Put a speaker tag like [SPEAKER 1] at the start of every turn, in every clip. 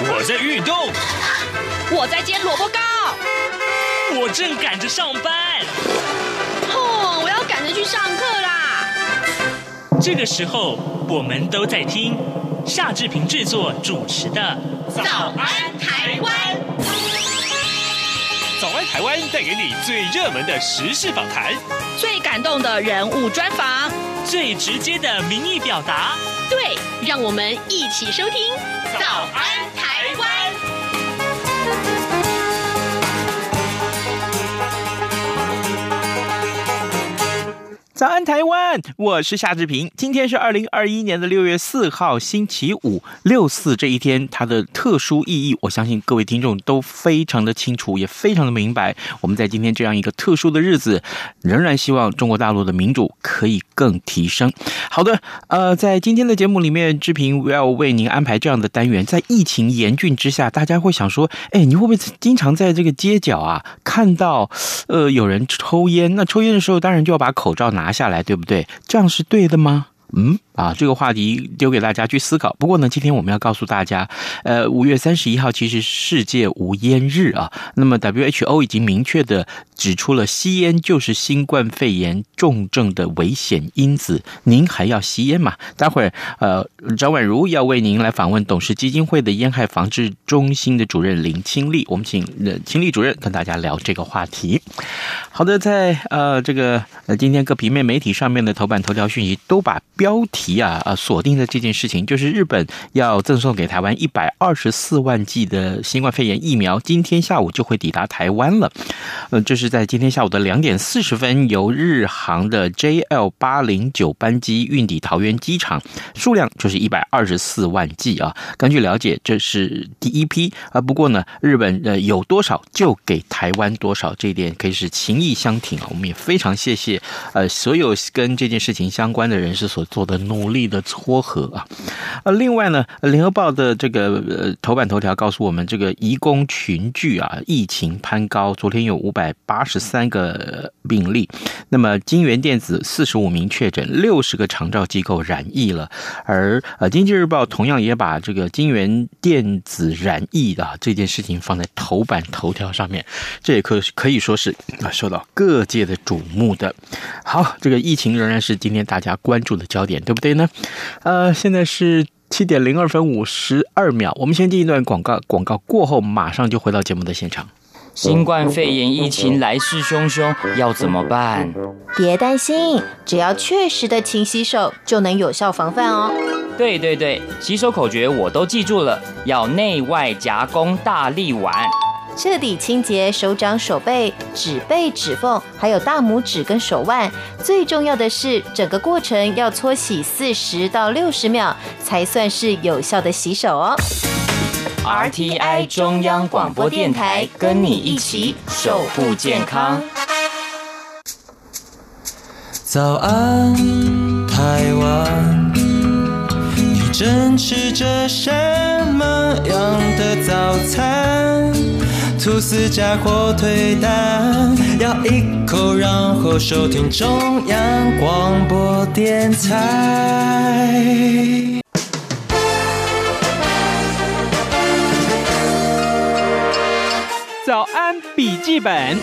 [SPEAKER 1] 我在运动，
[SPEAKER 2] 我在煎萝卜糕，
[SPEAKER 1] 我正赶着上班。
[SPEAKER 2] 我要赶着去上课啦。
[SPEAKER 1] 这个时候，我们都在听夏志平制作主持的《
[SPEAKER 2] 早安台湾》。
[SPEAKER 1] 早安台湾带给你最热门的时事访谈，
[SPEAKER 2] 最感动的人物专访，
[SPEAKER 1] 最直接的民意表达。
[SPEAKER 2] 对，让我们一起收听《早安台湾》。
[SPEAKER 3] 早安台湾，我是夏志平。今天是2021年6月4号星期五，6·4这一天它的特殊意义，我相信各位听众都非常的清楚，也非常的明白。我们在今天这样一个特殊的日子，仍然希望中国大陆的民主可以更提升。好的，在今天的节目里面，志平要为您安排这样的单元。在疫情严峻之下，大家会想说，你会不会经常在这个街角啊看到有人抽烟？那抽烟的时候，当然就要把口罩拿下来，对不对？这样是对的吗？这个话题丢给大家去思考。不过呢，今天我们要告诉大家，5月31号其实是世界无烟日啊。那么 WHO 已经明确的指出了，吸烟就是新冠肺炎重症的危险因子。您还要吸烟吗？待会儿张婉如要为您来访问董事基金会的烟害防治中心的主任林清丽，我们请清丽主任跟大家聊这个话题。好的，在今天各平面媒体上面的头版头条讯息都把标题锁定的这件事情，就是日本要赠送给台湾124万剂的新冠肺炎疫苗，今天下午就会抵达台湾了。这是在今天下午的2点40分，由日航的 JL809 班机运抵桃园机场，数量就是124万剂啊。根据了解，这是第一批不过呢，日本有多少就给台湾多少，这一点可以是情义相挺啊。我们也非常谢谢所有跟这件事情相关的人士所做的努力的撮合啊。另外呢，联合报的这个头版头条告诉我们，这个移工群聚啊，疫情攀高，昨天有583个病例，那么金源电子45名确诊，60个长照机构染疫了。而经济日报同样也把这个金源电子染疫的这件事情放在头版头条上面，这也可以说是受到各界的瞩目的。好，这个疫情仍然是今天大家关注的焦点，对不对呢？现在是7点02分52秒，我们先进一段广告，广告过后马上就回到节目的现场。
[SPEAKER 4] 新冠肺炎疫情来势汹汹，要怎么办？
[SPEAKER 5] 别担心，只要确实的勤洗手，就能有效防范哦。
[SPEAKER 4] 对，洗手口诀我都记住了，要内外夹攻大力丸。
[SPEAKER 5] 彻底清洁手掌、手背、指背、指缝，还有大拇指跟手腕。最重要的是，整个过程要搓洗40到60秒，才算是有效的洗手哦。
[SPEAKER 4] RTI 中央广播电台，跟你一起守护健康。
[SPEAKER 6] 早安，台湾，你正吃着什么样的早餐？吐司加火腿蛋，咬一口，然后收听中央广播电台。
[SPEAKER 3] 早安笔记本。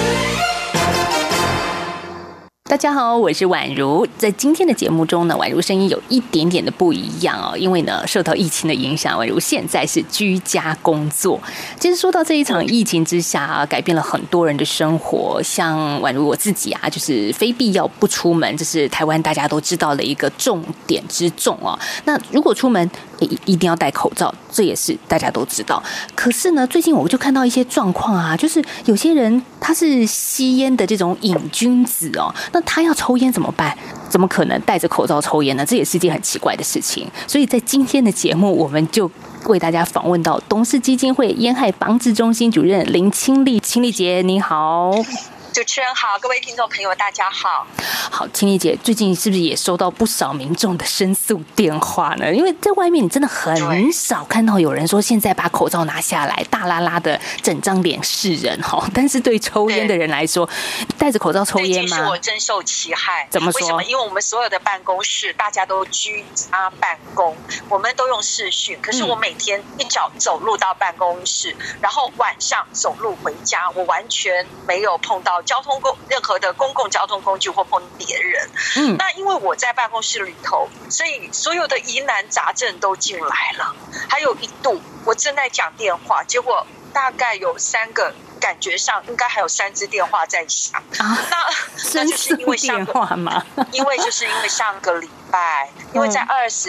[SPEAKER 2] 大家好，我是婉如。在今天的节目中呢，婉如声音有一点点的不一样哦，因为呢，受到疫情的影响，婉如现在是居家工作。其实说到这一场疫情之下改变了很多人的生活。像婉如我自己就是非必要不出门，这是台湾大家都知道的一个重点之重哦。那如果出门，一定要戴口罩，这也是大家都知道。可是呢，最近我就看到一些状况就是有些人他是吸烟的这种瘾君子哦。那他要抽烟怎么办？怎么可能戴着口罩抽烟呢？这也是一件很奇怪的事情。所以在今天的节目，我们就为大家访问到董事基金会烟害防治中心主任林清丽。清丽姐，你好。
[SPEAKER 7] 主持人好，各位听众朋友大家好。
[SPEAKER 2] 好，青丽姐最近是不是也收到不少民众的申诉电话呢？因为在外面你真的很少看到有人说现在把口罩拿下来，大拉拉的整张脸是人哈。但是对抽烟的人来说，戴着口罩抽烟吗？
[SPEAKER 7] 这是我深受其害。
[SPEAKER 2] 怎么说？
[SPEAKER 7] 为什么？因为我们所有的办公室大家都居家办公，我们都用视讯。可是我每天一早走路到办公室，然后晚上走路回家，我完全没有碰到任何的公共交通工具或碰别人。那因为我在办公室里头，所以所有的疑难杂症都进来了。还有一度我正在讲电话，结果大概有3个，感觉上应该还有3支电话在响。那就是因为
[SPEAKER 2] 电话吗？
[SPEAKER 7] 因为上个礼拜，因为在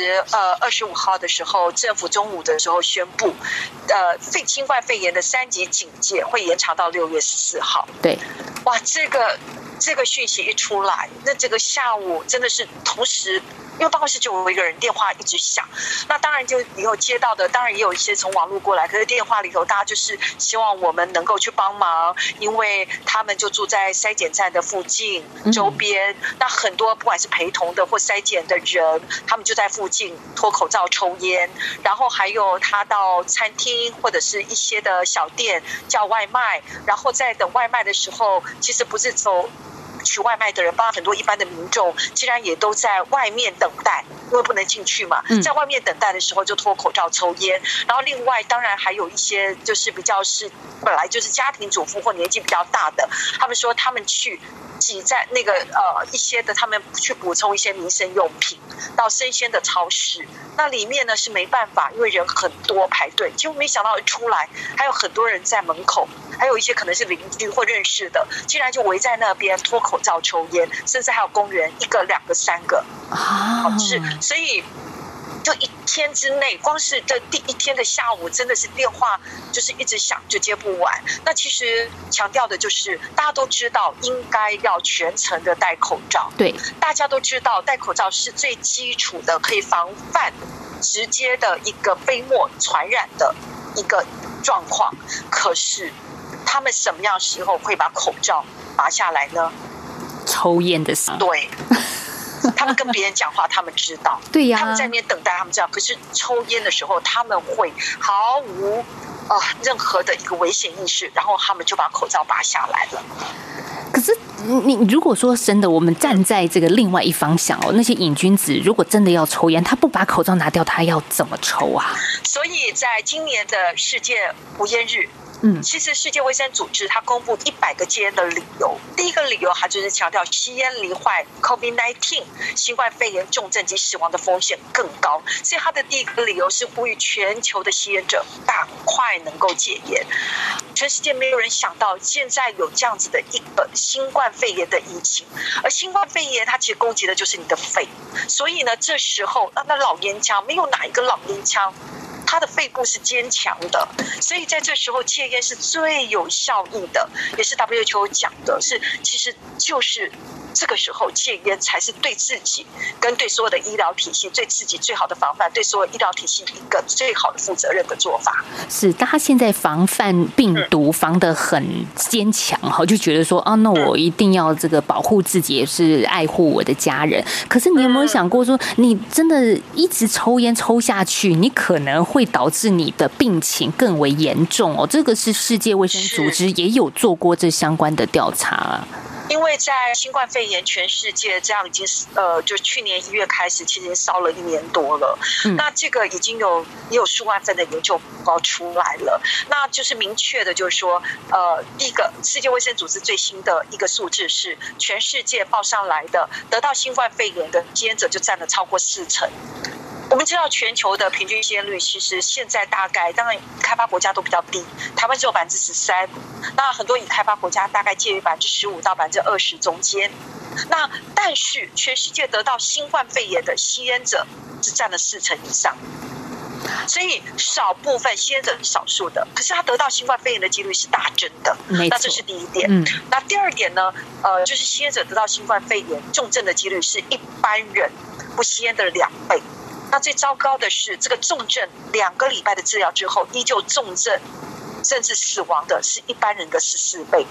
[SPEAKER 7] 25号的时候，政府中午的时候宣布，新冠肺炎的3级警戒会延长到6月14号。
[SPEAKER 2] 对，
[SPEAKER 7] 哇，这个讯息一出来，那这个下午真的是同时。因为办公室就我一个人，电话一直响。那当然就以后接到的，当然也有一些从网络过来，可是电话里头大家就是希望我们能够去帮忙，因为他们就住在筛检站的附近周边。那很多不管是陪同的或筛检的人，他们就在附近脱口罩抽烟，然后还有他到餐厅或者是一些的小店叫外卖，然后在等外卖的时候，其实不是走取外卖的人，包括很多一般的民众，竟然也都在外面等待，因为不能进去嘛，在外面等待的时候就脱口罩抽烟。然后另外当然还有一些就是比较是本来就是家庭主妇或年纪比较大的，他们说他们去挤在那个一些的，他们去补充一些民生用品到生鲜的超市，那里面呢是没办法，因为人很多排队，结果没想到一出来还有很多人在门口，还有一些可能是邻居或认识的，竟然就围在那边脱口罩抽烟，甚至还有公园1个、2个、3个所以就1天之内，光是这第1天的下午，真的是电话就是一直响就接不完。那其实强调的就是大家都知道应该要全程的戴口罩，
[SPEAKER 2] 对，
[SPEAKER 7] 大家都知道戴口罩是最基础的，可以防范直接的一个飞沫传染的一个状况。可是他们什么样时候会把口罩拔下来呢？
[SPEAKER 2] 抽烟的时候。
[SPEAKER 7] 对。他们跟别人讲话，他们知道，
[SPEAKER 2] 对呀，
[SPEAKER 7] 他们在那边等待，他们知道。可是抽烟的时候，他们会毫无任何的一个危险意识，然后他们就把口罩拔下来了。
[SPEAKER 2] 可是你如果说真的，我们站在这个另外一方想那些瘾君子如果真的要抽烟，他不把口罩拿掉，他要怎么抽啊？
[SPEAKER 7] 所以在今年的世界无烟日。其实世界卫生组织它公布100个戒烟的理由，第一个理由它就是强调吸烟罹患 COVID-19 新冠肺炎重症及死亡的风险更高，所以它的第一个理由是呼吁全球的吸烟者赶快能够戒烟。全世界没有人想到现在有这样子的一个新冠肺炎的疫情，而新冠肺炎它其实攻击的就是你的肺，所以呢这时候那老烟枪，没有哪一个老烟枪他的肺部是坚强的，所以在这时候戒烟是最有效益的，也是 WHO 讲的，是其实就是这个时候戒烟才是对自己跟对所有的医疗体系对自己最好的防范，对所有医疗体系一个最好的负责任的做法。
[SPEAKER 2] 是，大家现在防范病毒防得很坚强，就觉得说那我一定要这个保护自己，也是爱护我的家人。可是你有没有想过说，你真的一直抽烟抽下去，你可能会导致你的病情更为严重这个是世界卫生组织也有做过这相关的调查
[SPEAKER 7] 因为在新冠肺炎全世界这样已经就去年1月开始，其实已经烧了1年多了。那这个已经也有数万份的研究报告出来了。那就是明确的，就是说，第一个，世界卫生组织最新的一个数字是，全世界报上来的得到新冠肺炎的戒烟者就占了超过40%。我们知道全球的平均吸烟率其实现在大概，当然开发国家都比较低，台湾只有13%，那很多已开发国家大概介于15%到20%中间。那但是全世界得到新冠肺炎的吸烟者只占了40%以上，所以少部分吸烟者是少数的，可是他得到新冠肺炎的几率是大增的。那这是第一点。那第二点呢，就是吸烟者得到新冠肺炎重症的几率是一般人不吸烟的2倍。那最糟糕的是，这个重症2个礼拜的治疗之后依旧重症甚至死亡的是一般人的14倍。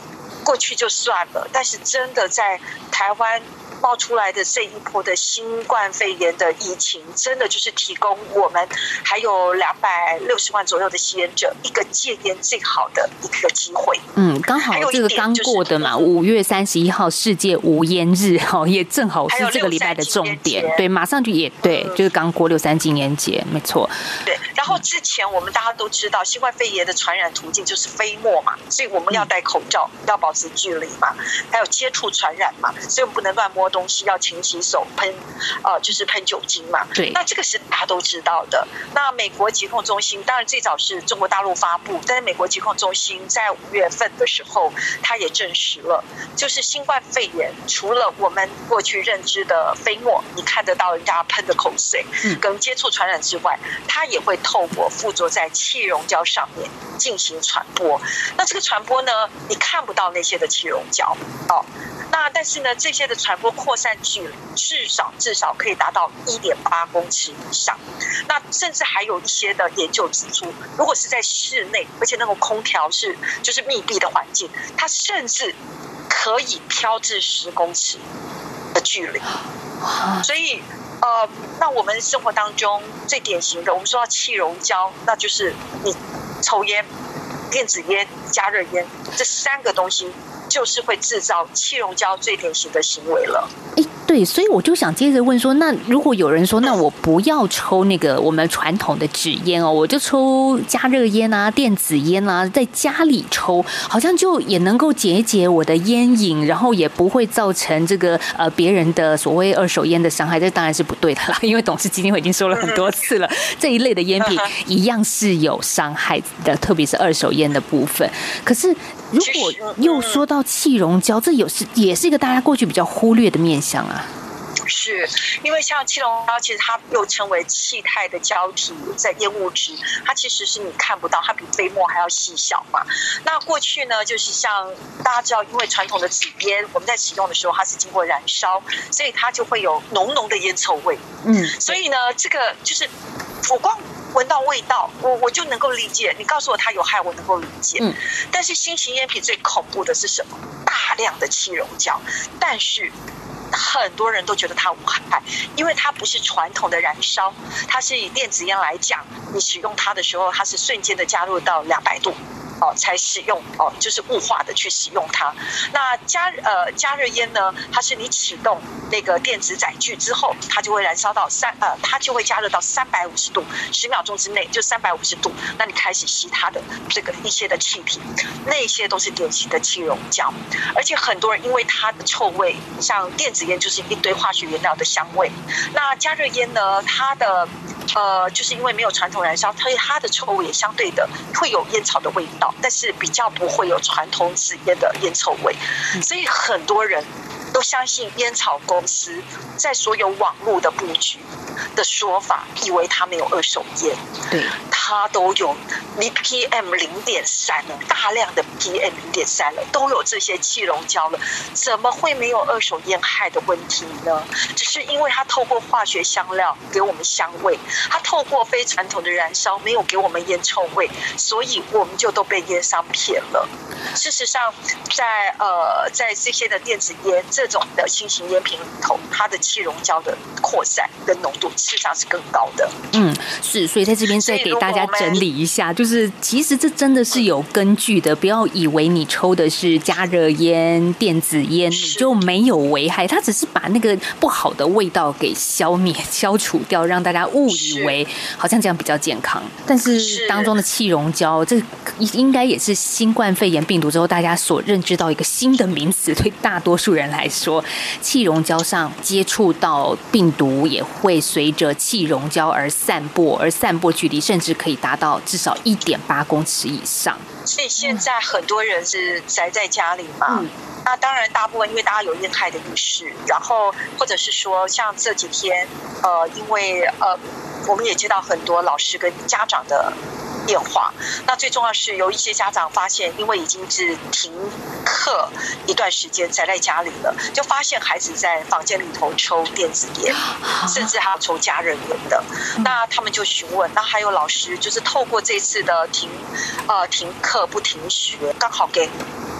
[SPEAKER 7] 过去就算了，但是真的在台湾冒出来的这一波的新冠肺炎的疫情，真的就是提供我们还有260万左右的吸烟者一个戒烟最好的一个机会。
[SPEAKER 2] 刚好这个刚过的嘛，5月31号世界无烟日，也正好是这个礼拜的重点。对，马上就也对，就是刚过63纪念节，没错。
[SPEAKER 7] 对，然后之前我们大家都知道，新冠肺炎的传染途径就是飞沫嘛，所以我们要戴口罩，要保持距离嘛，还有接触传染嘛，所以我们不能乱摸东西，要勤洗手，就是喷酒精嘛。
[SPEAKER 2] 对，
[SPEAKER 7] 那这个是大家都知道的。那美国疾控中心当然最早是中国大陆发布，但是美国疾控中心在5月份的时候，它也证实了，就是新冠肺炎除了我们过去认知的飞沫，你看得到人家喷的口水，跟接触传染之外，它也会透过附着在气溶胶上面进行传播。那这个传播呢，你看不到那些的气溶胶那但是呢，这些的传播扩散距离至少可以达到1.8公尺以上。那甚至还有一些的研究指出，如果是在室内，而且那种空调就是密闭的环境，它甚至可以飘至10公尺的距离。所以那我们生活当中最典型的，我们说到气溶胶，那就是你抽烟、电子烟、加热烟这3个东西，就是会制造气溶胶最典型的行为了。
[SPEAKER 2] 对，所以我就想接着问说，那如果有人说，那我不要抽那个我们传统的纸烟我就抽加热烟啊、电子烟啊，在家里抽，好像就也能够解解我的烟瘾，然后也不会造成这个别人的所谓二手烟的伤害，这当然是不对的啦，因为董事基金会已经说了很多次了，这一类的烟品一样是有伤害的，特别是二手烟的部分。可是如果又说到气溶胶，这也是一个大家过去比较忽略的面向啊。
[SPEAKER 7] 是因为像气溶胶，其实它又称为气态的胶体在烟物质，它其实是你看不到，它比飞沫还要细小嘛。那过去呢，就是像大家知道，因为传统的纸烟，我们在使用的时候它是经过燃烧，所以它就会有浓浓的烟臭味。所以呢，这个就是我光闻到味道，我就能够理解。你告诉我它有害，我能够理解。但是新型烟品最恐怖的是什么？大量的气溶胶，但是很多人都觉得它无害，因为它不是传统的燃烧，它是以电子烟来讲，你使用它的时候，它是瞬间的加入到200度。才使用就是雾化的去使用它。那加热烟呢，它是你启动那个电子载具之后，它就会燃烧到它就会加热到350度，10秒钟之内就350度。那你开始吸它的这个一些的气体，那些都是典型的气溶胶。而且很多人因为它的臭味，像电子烟就是一堆化学原料的香味，那加热烟呢，它的就是因为没有传统燃烧，所以它的臭味也相对的会有烟草的味道，但是比较不会有传统纸烟的烟臭味。所以很多人都相信烟草公司在所有网络的布局的说法，以为它没有二手烟，
[SPEAKER 2] 对，
[SPEAKER 7] 它都有PM0.3了，大量的 PM0.3了，都有这些气溶胶了，怎么会没有二手烟害的问题呢？只是因为它透过化学香料给我们香味，它透过非传统的燃烧没有给我们烟臭味，所以我们就都被烟商骗了。事实上，在这些的电子烟这种的新型烟品里头，它的气溶胶的扩散跟浓度事实上是更高的。
[SPEAKER 2] 是，所以在这边再给大家整理一下，就是其实这真的是有根据的，不要以为你抽的是加热烟、电子烟你就没有危害，它只是把那个不好的味道给消除掉，让大家误以为好像这样比较健康。但是当中的气溶胶，这应该也是新冠肺炎病毒之后大家所认知到一个新的名词，对大多数人来说，气溶胶上接触到病毒也会随着气溶胶而散播距离甚至可以达到至少1.8公尺以上。
[SPEAKER 7] 所以现在很多人是宅在家里嘛，那当然大部分因为大家有烟害的意识，然后或者是说像这几天因为我们也接到很多老师跟家长的电话，那最重要是有一些家长发现，因为已经是停课一段时间宅在家里了，就发现孩子在房间里头抽电子烟，甚至还有抽加热烟的。那他们就询问，那还有老师就是透过这次的停课不停学，刚好给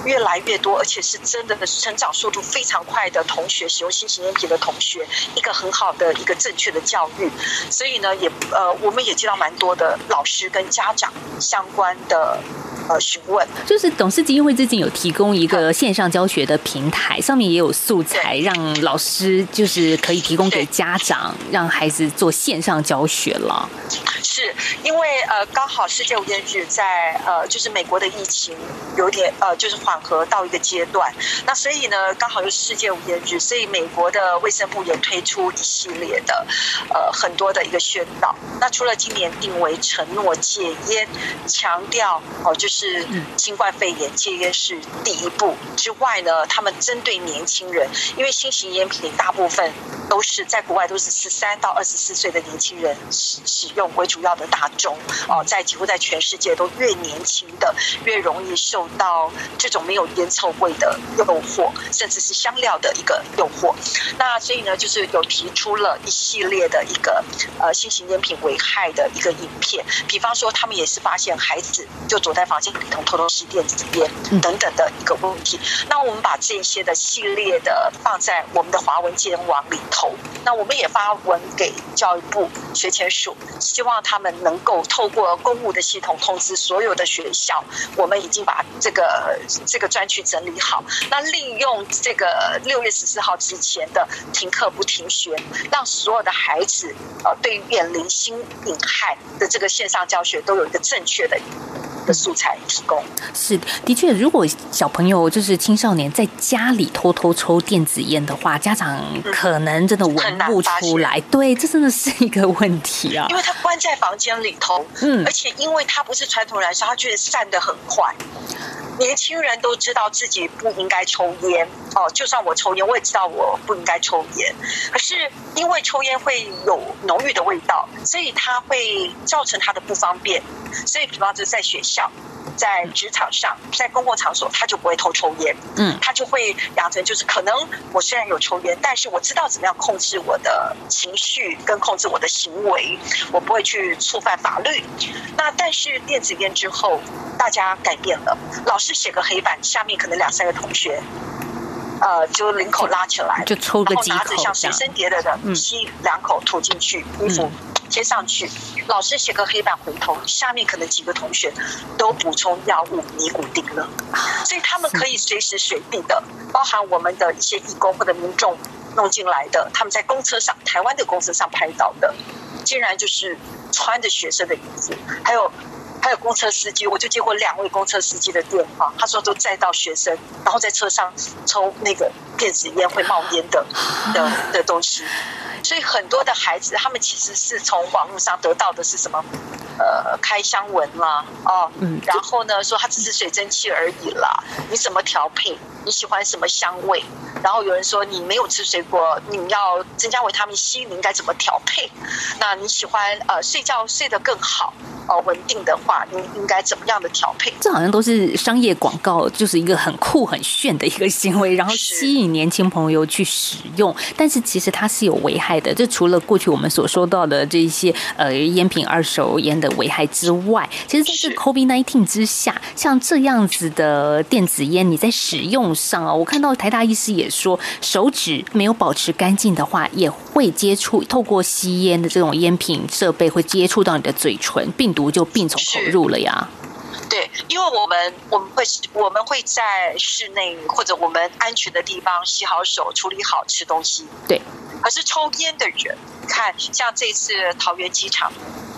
[SPEAKER 7] 越来越多，而且是真的成长速度非常快的同学，使用新型烟品的同学，一个很好的一个正确的教育。所以呢，我们也接到蛮多的老师跟家长相关的询问。
[SPEAKER 2] 就是董氏基金会最近有提供一个线上教学的平台，上面也有素材，让老师就是可以提供给家长，让孩子做线上教学了。
[SPEAKER 7] 是因为刚好世界无烟日在就是美国的疫情有点就是缓和到一个阶段，那所以呢刚好又是世界无烟日，所以美国的卫生部也推出一系列的很多的一个宣导。那除了今年定为承诺戒烟，强调就是新冠肺炎戒烟是第一步之外呢，他们针对年轻人，因为新型烟品大部分都是在国外都是13到24岁的年轻人使用为主要的大众在几乎在全世界都越年轻的越容易受到这种没有烟臭味的诱惑，甚至是香料的一个诱惑。那所以呢，就是有提出了一系列的一个新型烟品危害的一个影片，比方说他们也是发现孩子就躲在房间里头偷偷吸电子烟等等的一个问题。那我们把这些的系列的放在我们的华文戒烟网里头，那我们也发文给教育部学前署，希望他们能够透过公务的系统通知所有的学校，我们已经把这个专区整理好，那利用这个6月14号之前的停课不停学，让所有的孩子对于远离新瘾害的这个线上教学都有一个正确的素材提供。是
[SPEAKER 2] 的确，如果小朋友就是青少年在家里偷偷抽电子烟的话，家长可能真的闻不出来。对，这真的是一个问题啊，
[SPEAKER 7] 因为他关在房间里头，而且因为他不是传统燃烧，他觉得散得很快。年轻人都知道自己不应该抽烟就算我抽烟，我也知道我不应该抽烟。可是因为抽烟会有浓郁的味道，所以它会造成他的不方便。所以比方说在学校、在职场上、在公共场所，他就不会偷抽烟。他就会养成就是可能我虽然有抽烟，但是我知道怎么样控制我的情绪跟控制我的行为，我不会去触犯法律。那但是电子烟之后，大家改变了，老师写个黑板，下面可能2-3个同学，就领口拉起来，
[SPEAKER 2] 就抽个几口，
[SPEAKER 7] 然后拿着像随身碟的吸2口吐进去，衣服贴上去。老师写个黑板回头，下面可能几个同学都补充药物尼古丁了，所以他们可以随时随地的，包含我们的一些义工或者民众弄进来的，他们在公车上，台湾的公车上拍到的，竟然就是穿着学生的衣服，还有公车司机，我就接过2位公车司机的电话，他说都载到学生，然后在车上抽那个电子烟会冒烟的东西。所以很多的孩子，他们其实是从网络上得到的是什么？开箱文啦，然后呢说它只是水蒸气而已啦，你怎么调配？你喜欢什么香味？然后有人说你没有吃水果，你要增加维他命 C， 你应该怎么调配？那你喜欢睡觉睡得更好？稳定的话，你应该怎么样的调配？
[SPEAKER 2] 这好像都是商业广告，就是一个很酷很炫的一个行为，然后吸引年轻朋友去使用。但是其实它是有危害的，这除了过去我们所说到的这些烟品、二手烟的危害之外，其实在这 COVID-19 之下，像这样子的电子烟，你在使用上我看到台大医师也说，手指没有保持干净的话，也会接触透过吸烟的这种烟品设备，会接触到你的嘴唇，病毒就病从口入了呀。
[SPEAKER 7] 对，因为我们会在室内或者我们安全的地方洗好手、处理好吃东西。
[SPEAKER 2] 对，
[SPEAKER 7] 可是抽烟的人，看像这次桃园机场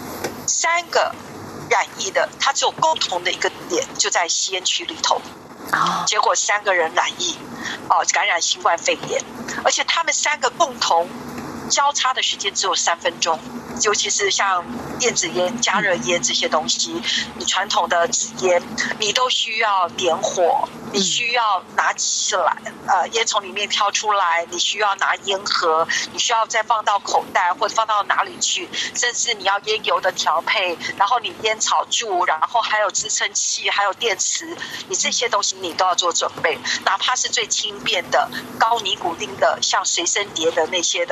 [SPEAKER 7] 3个染疫的，他只有共同的一个点，就在吸烟区里头。结果3个人染疫，感染新冠肺炎，而且他们3个共同交叉的时间只有3分钟。尤其是像电子烟、加热烟这些东西，你传统的纸烟，你都需要点火，你需要拿起来，烟从里面挑出来，你需要拿烟盒，你需要再放到口袋或者放到哪里去，甚至你要烟油的调配，然后你烟草柱，然后还有支撑器，还有电池，你这些东西你都要做准备。哪怕是最轻便的高尼古丁的，像随身碟的那些的青少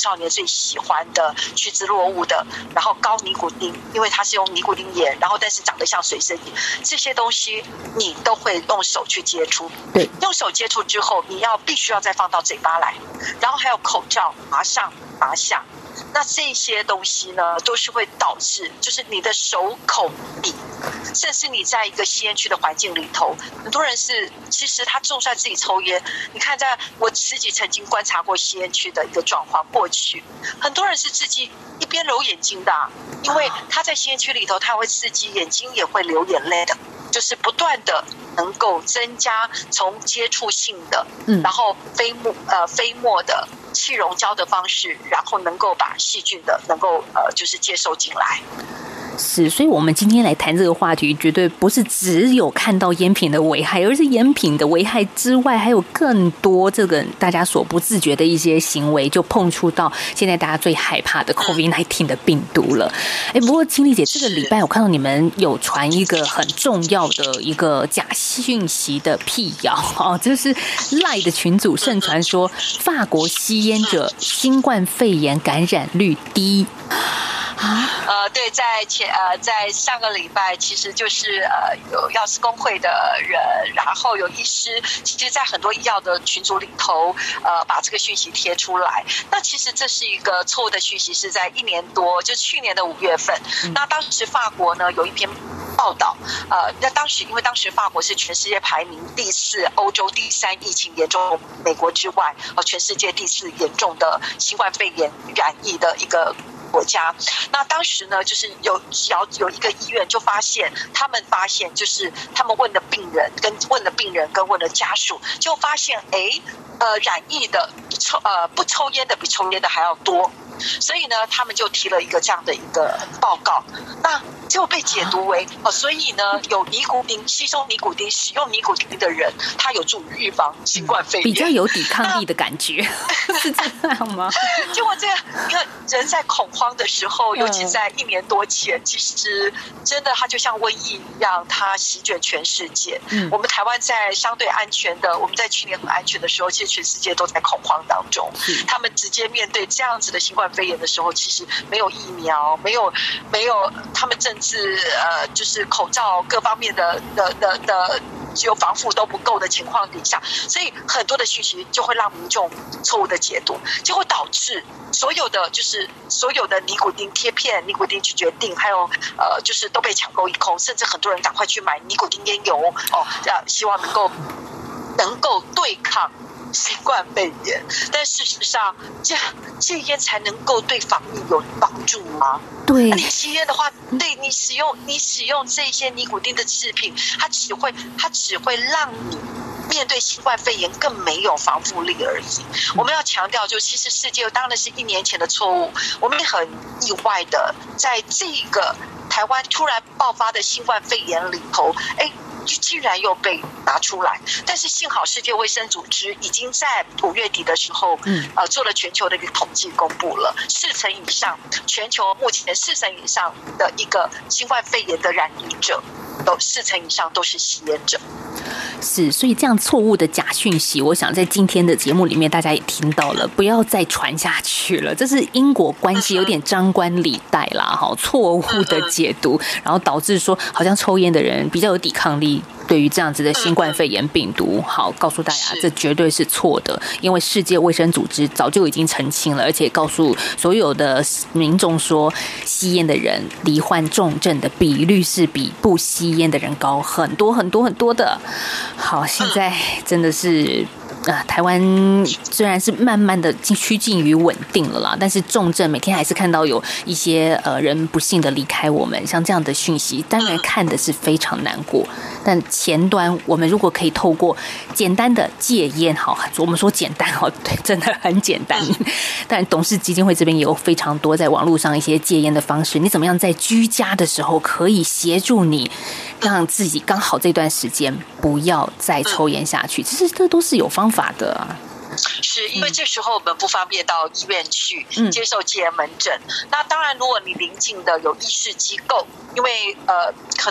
[SPEAKER 7] 少年最喜欢的趋之若鹜的，然后高尼古丁，因为它是用尼古丁盐，然后但是长得像水生盐，这些东西你都会用手去接触。
[SPEAKER 2] 对，
[SPEAKER 7] 用手接触之后，你必须要再放到嘴巴来，然后还有口罩拔上拔下。那这些东西呢，都是会导致，就是你的手口鼻，甚至你在一个吸烟区的环境里头，很多人是其实他就算自己抽烟，你看在我自己曾经观察过吸烟区的一个状况，过去很多人是自己一边揉眼睛的，因为他在吸烟区里头，他会刺激眼睛，也会流眼泪的。就是不断的能够增加从接触性的，然后飞沫的气溶胶的方式，然后能够把细菌的能够就是接受进来。
[SPEAKER 2] 是，所以我们今天来谈这个话题，绝对不是只有看到烟品的危害，而是烟品的危害之外，还有更多这个大家所不自觉的一些行为，就碰触到现在大家最害怕的 COVID-19 的病毒了。不过青丽姐，这个礼拜我看到你们有传一个很重要的一个假讯息的辟谣哦，就是 LINE 的群组盛传说，法国吸烟者新冠肺炎感染率低。
[SPEAKER 7] 对，在上个礼拜，其实就是有药师公会的人，然后有医师，其实在很多医药的群组里头，把这个讯息贴出来。那其实这是一个错误的讯息，是在1年多，就去年的5月份。那当时法国呢有一篇报道，那因为当时法国是全世界排名第4，欧洲第3疫情严重，美国之外，全世界第4严重的新冠肺炎染疫的一个国家。那当时呢，就是有一个医院就他们发现就是他们问了病人跟问了家属，就发现染疫的不抽烟的比抽烟的还要多，所以呢他们就提了一个这样的一个报告，那就被解读为所以呢有尼古丁吸收尼古丁使用尼古丁的人，他有助于预防新冠肺炎，
[SPEAKER 2] 比较有抵抗力的感觉是这样吗？
[SPEAKER 7] 结果这个你看人在恐慌的时候，尤其在1年多前，其实真的它就像瘟疫一样，它席卷全世界。我们台湾在相对安全的，我们在去年很安全的时候，其实全世界都在恐慌当中。他们直接面对这样子的新冠肺炎的时候，其实没有疫苗，没有他们甚至就是口罩各方面的只有防护都不够的情况底下，所以很多的讯息就会让民众错误的解读，就会导致所有的尼古丁贴片、尼古丁咀嚼定，还有就是都被抢购一空，甚至很多人赶快去买尼古丁烟油希望能够对抗新冠肺炎。但事实上，戒烟才能够对防疫有帮助吗？
[SPEAKER 2] 对，
[SPEAKER 7] 你吸烟的话，对你使用这些尼古丁的制品，它只会让你面对新冠肺炎更没有防护力而已。我们要强调，就其实世界当然是1年前的错误，我们也很意外的，在这个台湾突然爆发的新冠肺炎里头，竟然又被拿出来。但是幸好世界卫生组织已经在5月底的时候做了全球的一个统计，公布了40%以上，全球目前40%以上的一个新冠肺炎的染疫者，都40%以上都是吸烟者。
[SPEAKER 2] 是，所以这样错误的假讯息，我想在今天的节目里面大家也听到了，不要再传下去了。这是因果关系有点张冠李戴啦，错误的解读，然后导致说好像抽烟的人比较有抵抗力，对于这样子的新冠肺炎病毒，好，告诉大家这绝对是错的，因为世界卫生组织早就已经澄清了，而且告诉所有的民众说，吸烟的人罹患重症的比率是比不吸烟的人高很多很多很多的。好，现在真的是台湾虽然是慢慢的趋近于稳定了啦，但是重症每天还是看到有一些人不幸的离开我们，像这样的讯息，当然看的是非常难过。但前端我们如果可以透过简单的戒烟，好，我们说简单对，真的很简单。但董事基金会这边也有非常多在网络上一些戒烟的方式，你怎么样在居家的时候可以协助你，让自己刚好这段时间不要再抽烟下去，其实这都是有方法的。
[SPEAKER 7] 是因为这时候我们不方便到医院去接受戒烟门诊。那当然，如果你邻近的有医事机构，因为可能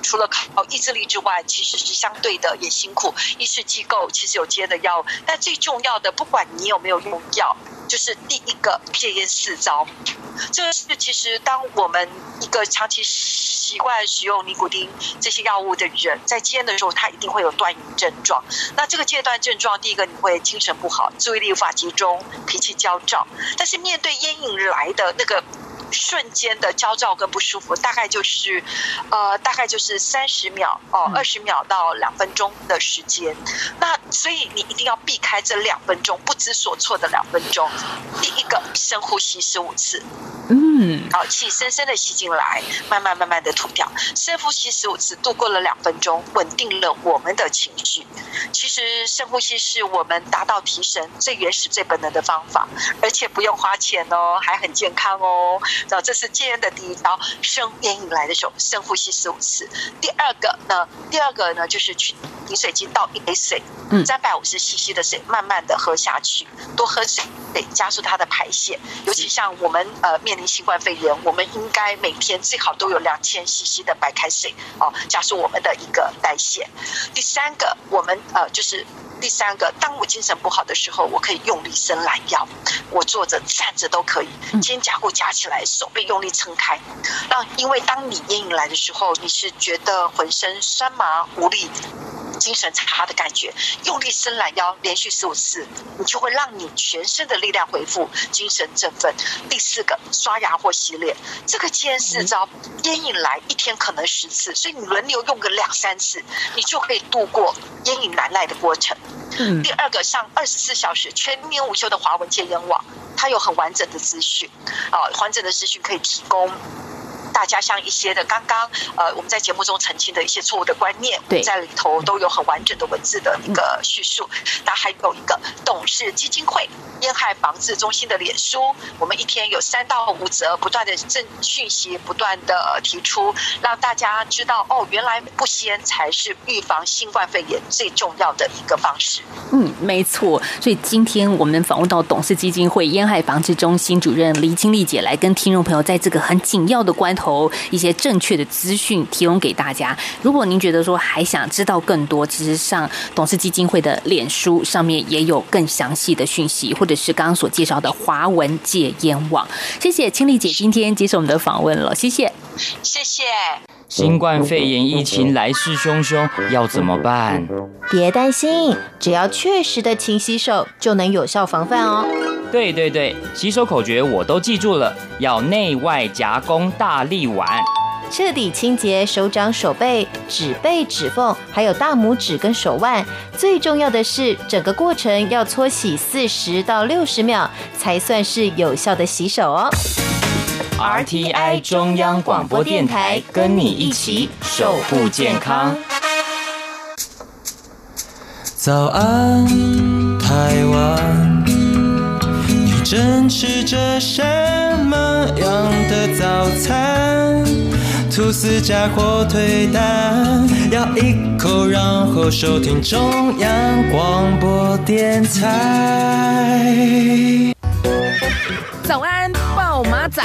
[SPEAKER 7] 除了靠意志力之外，其实是相对的也辛苦。医师机构其实有接的药，但最重要的，不管你有没有用药，就是第一个戒烟4招。这是其实当我们一个长期习惯使用尼古丁这些药物的人，在戒烟的时候，他一定会有断瘾症状。那这个戒断症状，第一个你会精神不好，注意力无法集中，脾气焦躁。但是面对烟瘾来的那个瞬间的焦躁跟不舒服，大概就是30秒20秒到2分钟的时间。那所以你一定要避开这2分钟不知所措的2分钟。第一个，深呼吸15次。好，气深深的吸进来，慢慢的吐掉。深呼吸15次，度过了2分钟，稳定了我们的情绪。其实深呼吸是我们达到提神最原始最本能的方法，而且不用花钱哦，还很健康哦。这是戒烟的第一招，烟瘾来的时候深呼吸15次。第二个呢就是去饮水机倒1杯水，350cc 的水，慢慢的喝下去，多喝水加速它的排泄。尤其像我们面临新冠肺炎，我们应该每天最好都有2000cc 的白开水加速我们的一个代谢。第三个，当我精神不好的时候，我可以用力伸懒腰，我坐着站着都可以，肩胛骨夹起来，手背用力撑开。因为当你烟瘾来的时候，你是觉得浑身酸麻无力，精神差的感觉，用力伸懒腰连续15次，你就会让你全身的力量恢复，精神振奋。第4个，刷牙或洗脸。这个戒烟4招，烟瘾来一天可能10次，所以你轮流用个2-3次，你就可以度过烟瘾难耐的过程。第二个，上24小时全年无休的华文戒烟网，它有很完整的资讯，完整的资讯可以提供大家像一些的刚刚我们在节目中澄清的一些错误的观念，在里头都有很完整的文字的一个叙述。那还有一个董事基金会烟害防治中心的脸书，我们一天有3到5则不断的正讯息，不断的提出，让大家知道原来不吸烟才是预防新冠肺炎最重要的一个方式。
[SPEAKER 2] 没错。所以今天我们访问到董事基金会烟害防治中心主任黎清丽姐，来跟听众朋友在这个很紧要的关头，一些正确的资讯提供给大家。如果您觉得说还想知道更多，其实上董事基金会的脸书上面也有更详细的讯息，或者是刚刚所介绍的华文戒烟网。谢谢清丽姐今天接受我们的访问了，谢谢。
[SPEAKER 4] 新冠肺炎疫情来势汹汹，要怎么办？
[SPEAKER 5] 别担心，只要确实的勤洗手，就能有效防范哦。
[SPEAKER 4] 对，洗手口诀我都记住了，要内外夹攻大力丸，
[SPEAKER 5] 彻底清洁手掌、手背、指背、指缝，还有大拇指跟手腕。最重要的是，整个过程要搓洗40到60秒，才算是有效的洗手哦。
[SPEAKER 4] RTI 中央广播电台，跟你一起守护健康。
[SPEAKER 6] 早安，台湾，你正吃着什么样的早餐？吐司加火腿蛋，咬一口，然后收听中央广播电台。
[SPEAKER 2] 早安，暴马仔。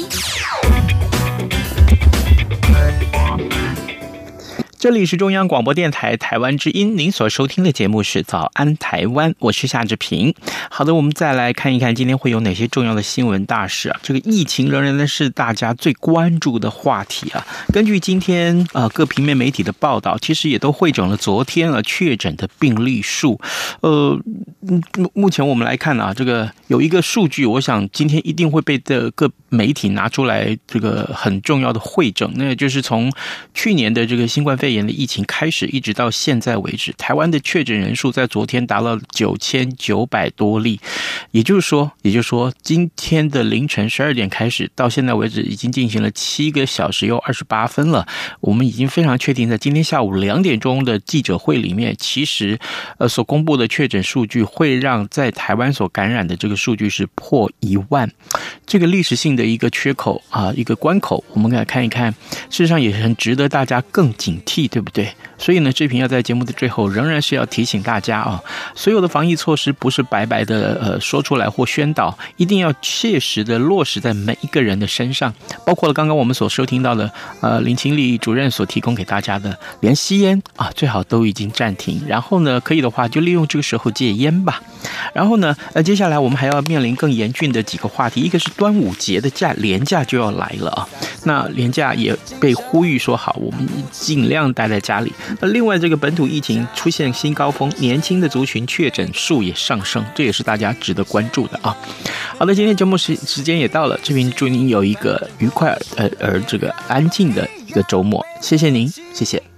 [SPEAKER 3] 这里是中央广播电台台湾之音，您所收听的节目是早安台湾，我是夏志平。好的，我们再来看一看今天会有哪些重要的新闻大事啊。这个疫情仍然是大家最关注的话题啊。根据今天各平面媒体的报道，其实也都汇整了昨天确诊的病例数。目前我们来看啊，这个有一个数据，我想今天一定会被各媒体拿出来这个很重要的汇整，那就是从去年的这个新冠肺炎的疫情开始，一直到现在为止，台湾的确诊人数在昨天达到9900多例，也就是说，今天的凌晨12点开始，到现在为止已经进行了7个小时又28分了。我们已经非常确定，在今天下午2点钟的记者会里面，其实所公布的确诊数据会让在台湾所感染的这个数据是破1万。 这个历史性的一个缺口啊，一个关口，我们来看一看，事实上也很值得大家更警惕，对不对？所以呢，志平要在节目的最后仍然是要提醒大家啊，所有的防疫措施不是白白的说出来或宣导，一定要切实的落实在每一个人的身上，包括了刚刚我们所收听到的林清丽主任所提供给大家的，连吸烟啊最好都已经暂停，然后呢可以的话就利用这个时候戒烟吧。然后呢接下来我们还要面临更严峻的几个话题，一个是端午节的连假就要来了啊，那连假也被呼吁说好，我们尽量待在家里。那另外这个本土疫情出现新高峰，年轻的族群确诊数也上升，这也是大家值得关注的啊。好的，今天节目时间也到了，志平祝您有一个愉快而这个安静的一个周末，谢谢您，谢谢。